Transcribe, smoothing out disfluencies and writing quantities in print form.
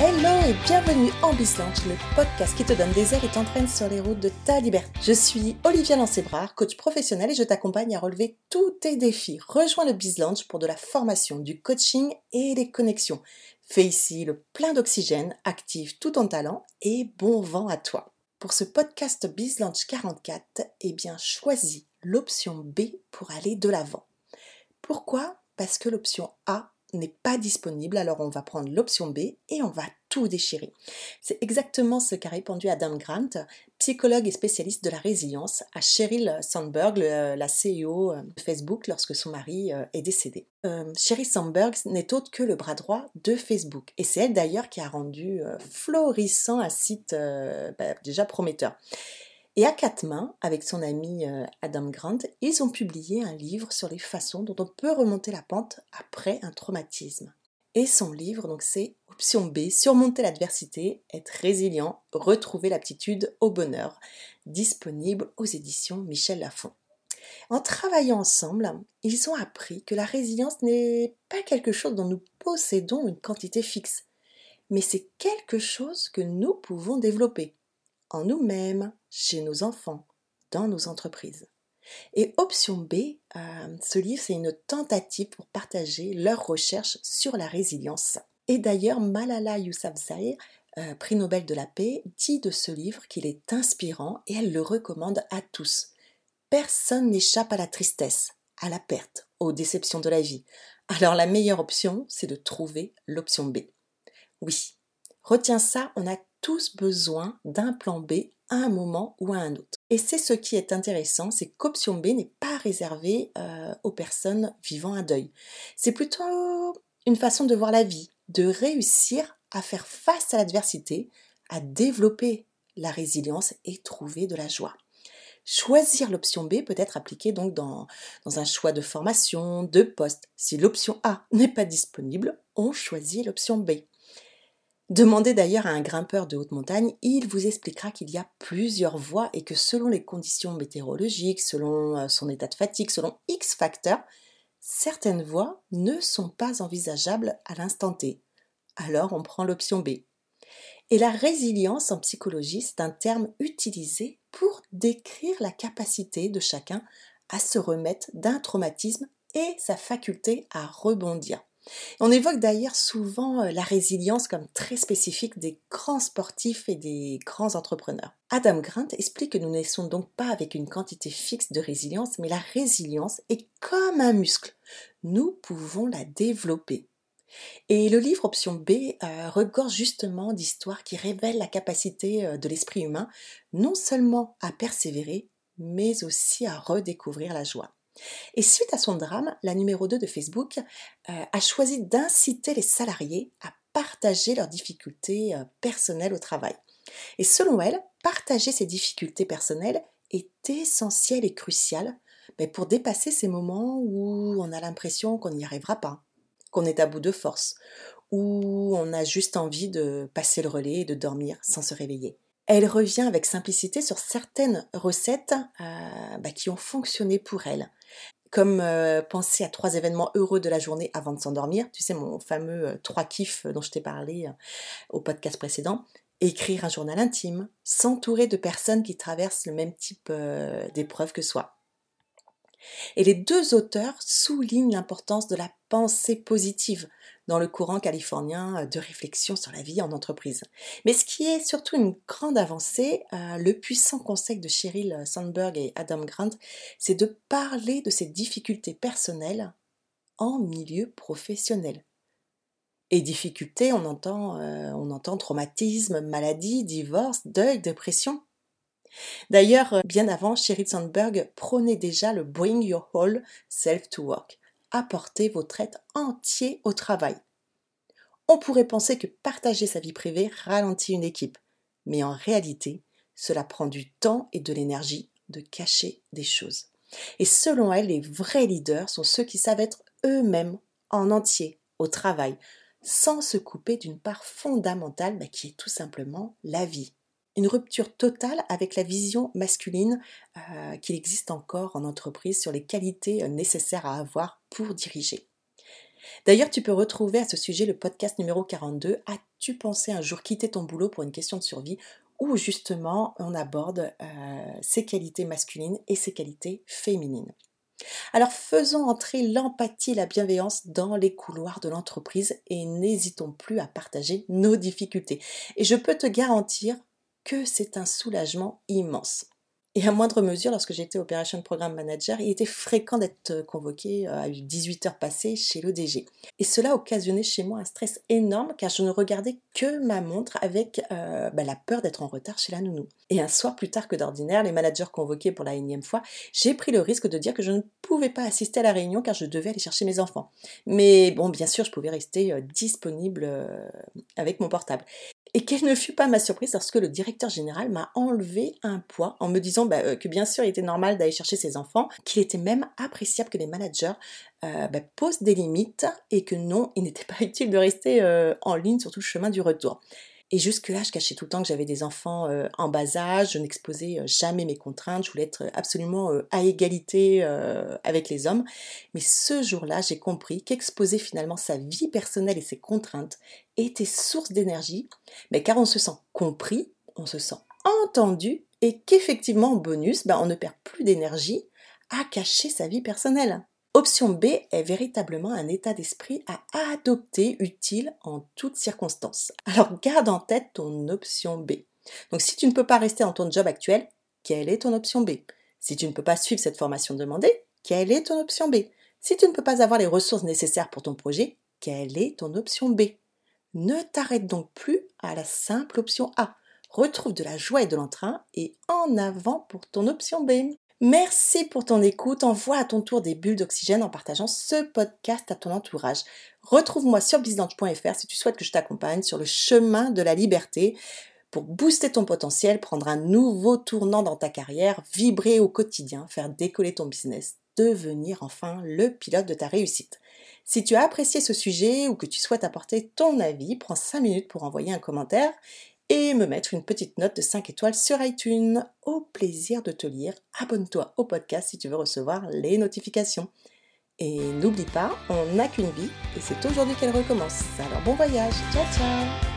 Hello et bienvenue en BizLaunch, le podcast qui te donne des ailes et t'entraîne sur les routes de ta liberté. Je suis Olivia Lancébrard, coach professionnel et je t'accompagne à relever tous tes défis. Rejoins le BizLaunch pour de la formation, du coaching et des connexions. Fais ici le plein d'oxygène, active tout ton talent et bon vent à toi. Pour ce podcast BizLaunch 44, choisis l'option B pour aller de l'avant. Pourquoi ? Parce que l'option A n'est pas disponible, alors on va prendre l'option B et on va tout déchirer. C'est exactement ce qu'a répondu Adam Grant, psychologue et spécialiste de la résilience, à Sheryl Sandberg, la CEO de Facebook, lorsque son mari est décédé. Sheryl Sandberg n'est autre que le bras droit de Facebook, et c'est elle d'ailleurs qui a rendu florissant un site déjà prometteur. Et à quatre mains, avec son ami Adam Grant, ils ont publié un livre sur les façons dont on peut remonter la pente après un traumatisme. Et son livre, donc, c'est Option B, surmonter l'adversité, être résilient, retrouver l'aptitude au bonheur, disponible aux éditions Michel Lafon. En travaillant ensemble, ils ont appris que la résilience n'est pas quelque chose dont nous possédons une quantité fixe, mais c'est quelque chose que nous pouvons développer en nous-mêmes, chez nos enfants, dans nos entreprises. Et Option B, ce livre, c'est une tentative pour partager leurs recherches sur la résilience. Et d'ailleurs, Malala Yousafzai, prix Nobel de la paix, dit de ce livre qu'il est inspirant et elle le recommande à tous. Personne n'échappe à la tristesse, à la perte, aux déceptions de la vie. Alors la meilleure option, c'est de trouver l'option B. Oui, retiens ça, on a tous besoin d'un plan B à un moment ou à un autre. Et c'est ce qui est intéressant, c'est qu'option B n'est pas réservée aux personnes vivant un deuil. C'est plutôt une façon de voir la vie, de réussir à faire face à l'adversité, à développer la résilience et trouver de la joie. Choisir l'option B peut être appliqué donc dans un choix de formation, de poste. Si l'option A n'est pas disponible, on choisit l'option B. Demandez d'ailleurs à un grimpeur de haute montagne, il vous expliquera qu'il y a plusieurs voies et que selon les conditions météorologiques, selon son état de fatigue, selon X facteurs, certaines voies ne sont pas envisageables à l'instant T. Alors on prend l'option B. Et la résilience en psychologie, c'est un terme utilisé pour décrire la capacité de chacun à se remettre d'un traumatisme et sa faculté à rebondir. On évoque d'ailleurs souvent la résilience comme très spécifique des grands sportifs et des grands entrepreneurs. Adam Grant explique que nous ne naissons donc pas avec une quantité fixe de résilience, mais la résilience est comme un muscle. Nous pouvons la développer. Et le livre Option B regorge justement d'histoires qui révèlent la capacité de l'esprit humain non seulement à persévérer, mais aussi à redécouvrir la joie. Et suite à son drame, la numéro 2 de Facebook a choisi d'inciter les salariés à partager leurs difficultés personnelles au travail. Et selon elle, partager ces difficultés personnelles est essentiel et crucial pour dépasser ces moments où on a l'impression qu'on n'y arrivera pas, qu'on est à bout de force, où on a juste envie de passer le relais et de dormir sans se réveiller. Elle revient avec simplicité sur certaines recettes qui ont fonctionné pour elle. Comme penser à 3 événements heureux de la journée avant de s'endormir. Tu sais, mon fameux 3 kiffs dont je t'ai parlé au podcast précédent. Écrire un journal intime, s'entourer de personnes qui traversent le même type d'épreuve que soi. Et les deux auteurs soulignent l'importance de la pensée positive dans le courant californien de réflexion sur la vie en entreprise. Mais ce qui est surtout une grande avancée, le puissant conseil de Sheryl Sandberg et Adam Grant, c'est de parler de ces difficultés personnelles en milieu professionnel. Et difficultés, on entend traumatisme, maladie, divorce, deuil, dépression. D'ailleurs, bien avant, Sheryl Sandberg prônait déjà le Bring Your Whole Self to Work. Apportez votre être entier au travail. On pourrait penser que partager sa vie privée ralentit une équipe, mais en réalité, cela prend du temps et de l'énergie de cacher des choses. Et selon elle, les vrais leaders sont ceux qui savent être eux-mêmes en entier au travail, sans se couper d'une part fondamentale qui est tout simplement la vie. Une rupture totale avec la vision masculine qu'il existe encore en entreprise sur les qualités nécessaires à avoir pour diriger. D'ailleurs, tu peux retrouver à ce sujet le podcast numéro 42, As-tu pensé un jour quitter ton boulot pour une question de survie, où justement on aborde ses qualités masculines et ses qualités féminines. Alors faisons entrer l'empathie et la bienveillance dans les couloirs de l'entreprise et n'hésitons plus à partager nos difficultés. Et je peux te garantir que c'est un soulagement immense. Et à moindre mesure, lorsque j'étais Operation Programme Manager, il était fréquent d'être convoqué à 18 heures passées chez l'ODG. Et cela occasionnait chez moi un stress énorme car je ne regardais que ma montre avec la peur d'être en retard chez la nounou. Et un soir plus tard que d'ordinaire, les managers convoqués pour la énième fois, j'ai pris le risque de dire que je ne pouvais pas assister à la réunion car je devais aller chercher mes enfants. Mais bon, bien sûr, je pouvais rester disponible avec mon portable. Et quelle ne fut pas ma surprise lorsque le directeur général m'a enlevé un poids en me disant que bien sûr il était normal d'aller chercher ses enfants, qu'il était même appréciable que les managers posent des limites et que non, il n'était pas utile de rester en ligne sur tout le chemin du retour. Et jusque-là, je cachais tout le temps que j'avais des enfants en bas âge, je n'exposais jamais mes contraintes, je voulais être absolument à égalité avec les hommes. Mais ce jour-là, j'ai compris qu'exposer finalement sa vie personnelle et ses contraintes était source d'énergie, mais car on se sent compris, on se sent entendu, et qu'effectivement, en bonus, on ne perd plus d'énergie à cacher sa vie personnelle. Option B est véritablement un état d'esprit à adopter utile en toutes circonstances. Alors garde en tête ton option B. Donc si tu ne peux pas rester dans ton job actuel, quelle est ton option B? Si tu ne peux pas suivre cette formation demandée, quelle est ton option B? Si tu ne peux pas avoir les ressources nécessaires pour ton projet, quelle est ton option B? Ne t'arrête donc plus à la simple option A. Retrouve de la joie et de l'entrain et en avant pour ton option B. Merci pour ton écoute, envoie à ton tour des bulles d'oxygène en partageant ce podcast à ton entourage. Retrouve-moi sur bizlange.fr si tu souhaites que je t'accompagne sur le chemin de la liberté pour booster ton potentiel, prendre un nouveau tournant dans ta carrière, vibrer au quotidien, faire décoller ton business, devenir enfin le pilote de ta réussite. Si tu as apprécié ce sujet ou que tu souhaites apporter ton avis, prends 5 minutes pour envoyer un commentaire et me mettre une petite note de 5 étoiles sur iTunes. Au plaisir de te lire, abonne-toi au podcast si tu veux recevoir les notifications. Et n'oublie pas, on n'a qu'une vie et c'est aujourd'hui qu'elle recommence. Alors bon voyage, ciao ciao!